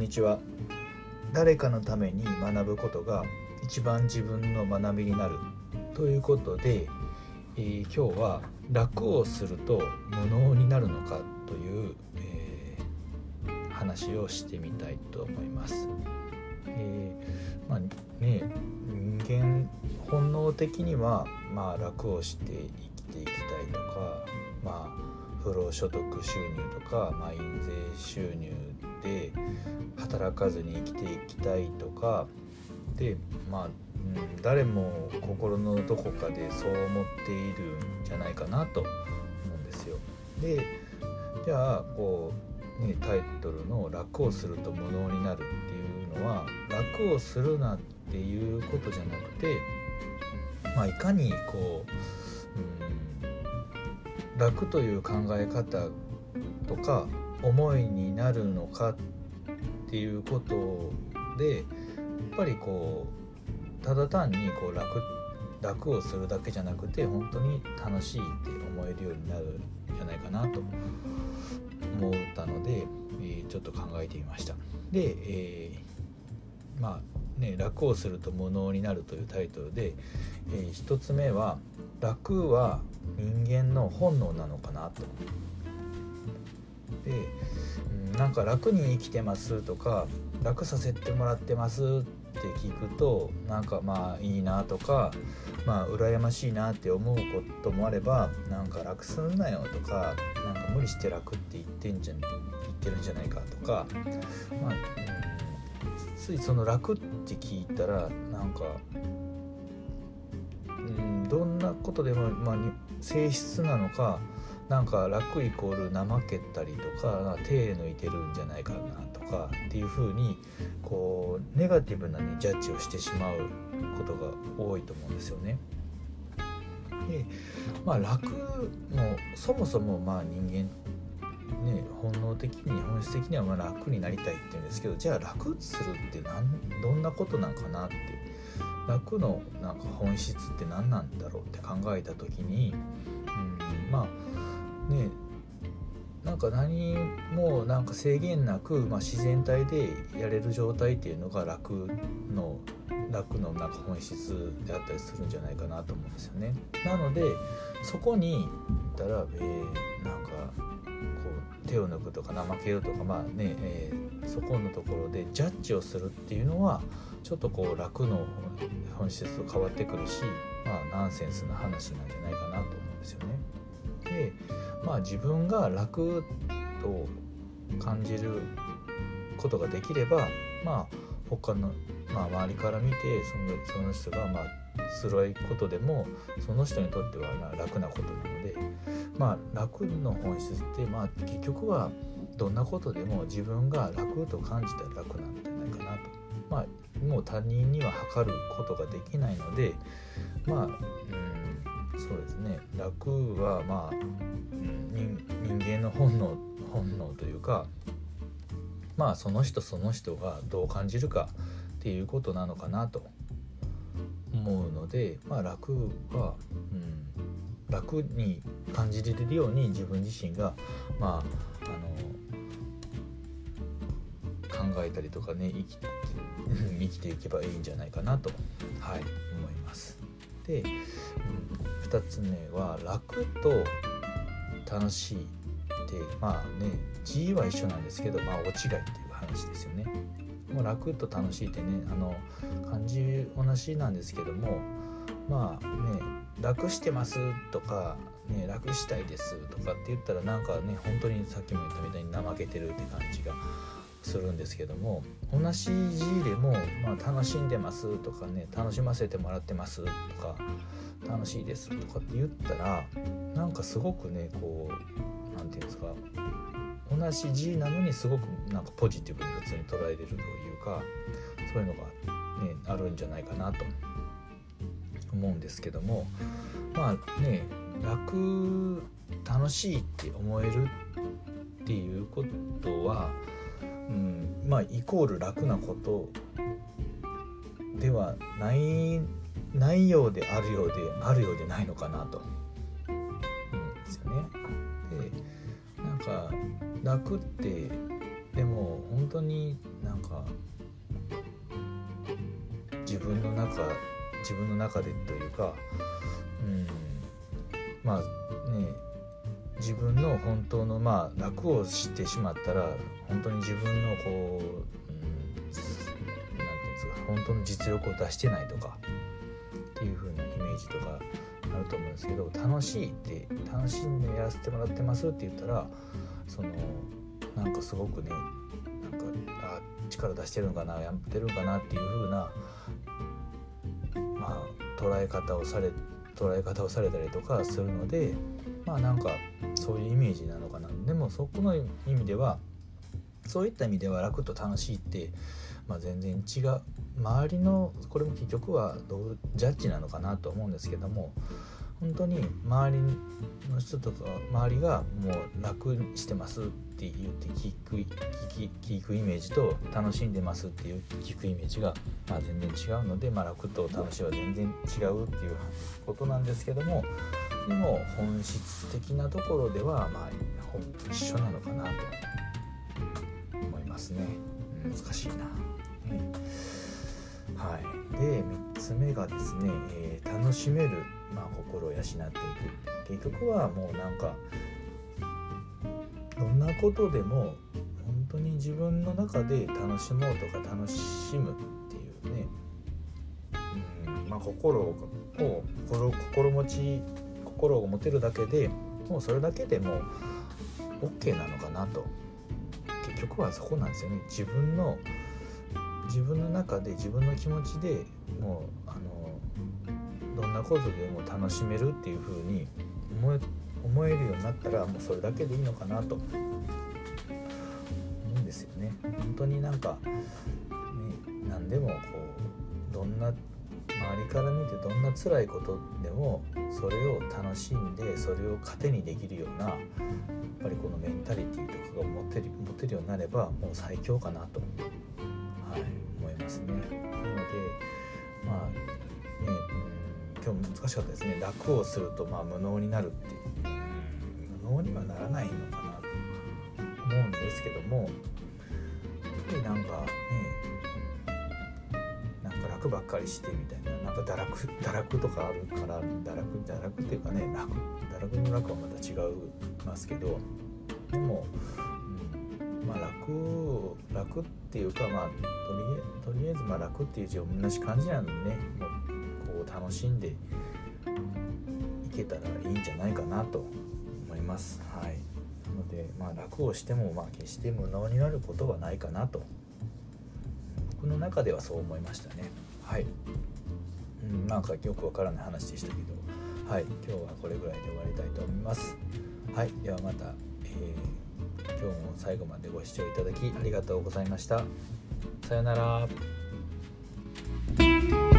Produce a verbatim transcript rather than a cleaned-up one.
ちは。誰かのために学ぶことが一番自分の学びになるということで、えー、今日は楽をすると無能になるのかという、えー、話をしてみたいと思います。えー、まあね、人間本能的には、まあ、楽をして生きていきたいとか、まあ不労所得収入とか、まあ、印税収入で働かずに生きていきたいとかで、まあ、うん、誰も心のどこかでそう思っているんじゃないかなと思うんですよ。で、じゃあこう、ね、タイトルの楽をすると無能になるっていうのは、楽をするなっていうことじゃなくて、まあ、いかにこう、うん楽という考え方とか思いになるのかっていうことで、やっぱりこうただ単にこう 楽, 楽をするだけじゃなくて、本当に楽しいって思えるようになるんじゃないかなと思ったので、えー、ちょっと考えてみました。で、えー、まあね、楽をすると無能になるというタイトルで、えー、一つ目は、楽は人間の本能なのかなと。で、うん、なんか楽に生きてますとか、楽させてもらってますって聞くと、なんかまあいいなとか、まあ羨ましいなって思うこともあれば、なんか楽するなよとか、なんか無理して楽って言ってんじゃん言ってるんじゃないかとか、まあ、うん、ついその楽って聞いたら、なんかうん、どんなことでも、まあ、性質なのか、なんか楽イコール怠けたりとか手抜いてるんじゃないかなとかっていう風にこうネガティブな、ね、ジャッジをしてしまうことが多いと思うんですよね。で、まあ、楽もそもそもまあ人間ね、本能的に本質的にはまあ楽になりたいって言うんですけど、じゃあ楽するって何どんなことなんかなって、楽のなんか本質って何なんだろうって考えた時に、うん、まあね、なんか何もなんか制限なく、まあ、自然体でやれる状態っていうのが楽の楽のなんか本質であったりするんじゃないかなと思うんですよね。なのでそこに言ったら、えー、なんかこう手を抜くとか怠けるとか、まあね、えー、そこのところでジャッジをするっていうのはちょっとこう楽の本質と変わってくるし、まあナンセンスな話なんじゃないかなと思うんですよね。で、まあ自分が楽と感じることができれば、まあ他の、まあ、周りから見てその、その人がまあ辛いことでもその人にとっては楽なことなので、まあ楽の本質ってまあ結局はどんなことでも自分が楽と感じたら楽なんじゃないかなと。まあもう他人には測ることができないので、まあ、うん、そうですね、楽はまあ、うん、人, 人間の本能本能というか、まあその人その人がどう感じるかっていうことなのかなと思うので、まあ楽は、うん、楽に感じれるように自分自身がまああの考えたりとかね、生きて生きていけばいいんじゃないかなと、はい、思います。で、うん、ふたつめは楽と楽しいってまあね、字は一緒なんですけど、まあお違いっていう話ですよね。もう楽と楽しいってね、あの漢字同じなんですけども、まあね、楽してますとか、ね、楽したいですとかって言ったら、なんかね、本当にさっきも言ったみたいに怠けてるって感じがするんですけども、同じ字でも、まあ、楽しんでますとかね、楽しませてもらってますとか、楽しいですとかって言ったら、なんかすごくね、こうなんていうんですか、同じ字なのにすごくなんかポジティブに普通に捉えれるというか、そういうのがねあるんじゃないかなと思うんですけども、まあね、楽楽しいって思えるっていうことは、うん、まあイコール楽なことではないないようであるようであるようでないのかなと思うんですよね。で、なんか楽ってでも本当になんなんか自分の中自分の中でというか、うん、まあね自分の本当のまあ楽をしてしまったら本当に自分のこう、うん、なんていうんですか本当の実力を出してないとかっていう風なイメージとかあると思うんですけど、楽しいって楽しんでやらせてもらってますって言ったらそのなんかすごくねなんかあ力出してるのかなやってるのかなっていう風なまあ捉え方をされ捉え方をされたりとかするので、まあなんかそういうイメージなのかな。でもそこの意味ではそういった意味では楽と楽しいって、まあ、全然違う周りのこれも結局はどうジャッジなのかなと思うんですけども、本当に周りの人とか周りがもう楽してますって言って聞く、聞き、聞くイメージと楽しんでますっていう聞くイメージが、まあ、全然違うので、まあ、楽と楽しいは全然違うっていうことなんですけども、でも本質的なところではまあ一緒なのかなと思いますね。難しいな、ね、はい。でみっつめがですね、えー、楽しめる、まあ、心を養っていく。結局はもうなんかどんなことでも本当に自分の中で楽しもうとか楽しむっていうね、うん、まあ心を心心持ち心を持てるだけでもうそれだけでもう OK なのかなと。結局はそこなんですよね。自分の自分の中で自分の気持ちでもうあのどんなことでも楽しめるっていう風に思え、思えるようになったらもうそれだけでいいのかなと思うんですよね。本当になんか、ね、何でもこうどんな周りから見てどんな辛いことでもそれを楽しんでそれを糧にできるようなやっぱりこのメンタリティとかが持てる、持てるようになればもう最強かなと、はい、思いますね。なのでまあね、うん、今日難しかったですね。楽をするとまあ無能になるっていう、無能にはならないのかなと思うんですけども、やっぱりなんかね楽ばっかりしてみたいな、なんか堕落堕落とかあるから堕落堕落っていうかね楽堕落の楽はまた違いますけど、でも、うん、まあ楽楽っていうかまあとりあえとりあえずまあ楽っていう字を同じ感じなのでね、もうこう楽しんでいけたらいいんじゃないかなと思います。はい。なのでまあ楽をしてもまあ決して無能になることはないかなと。僕の中ではそう思いましたね。はい、うん、なんかよくわからない話でしたけど、はい、今日はこれぐらいで終わりたいと思います。はい、ではまた、えー、今日も最後までご視聴いただきありがとうございました。さよなら。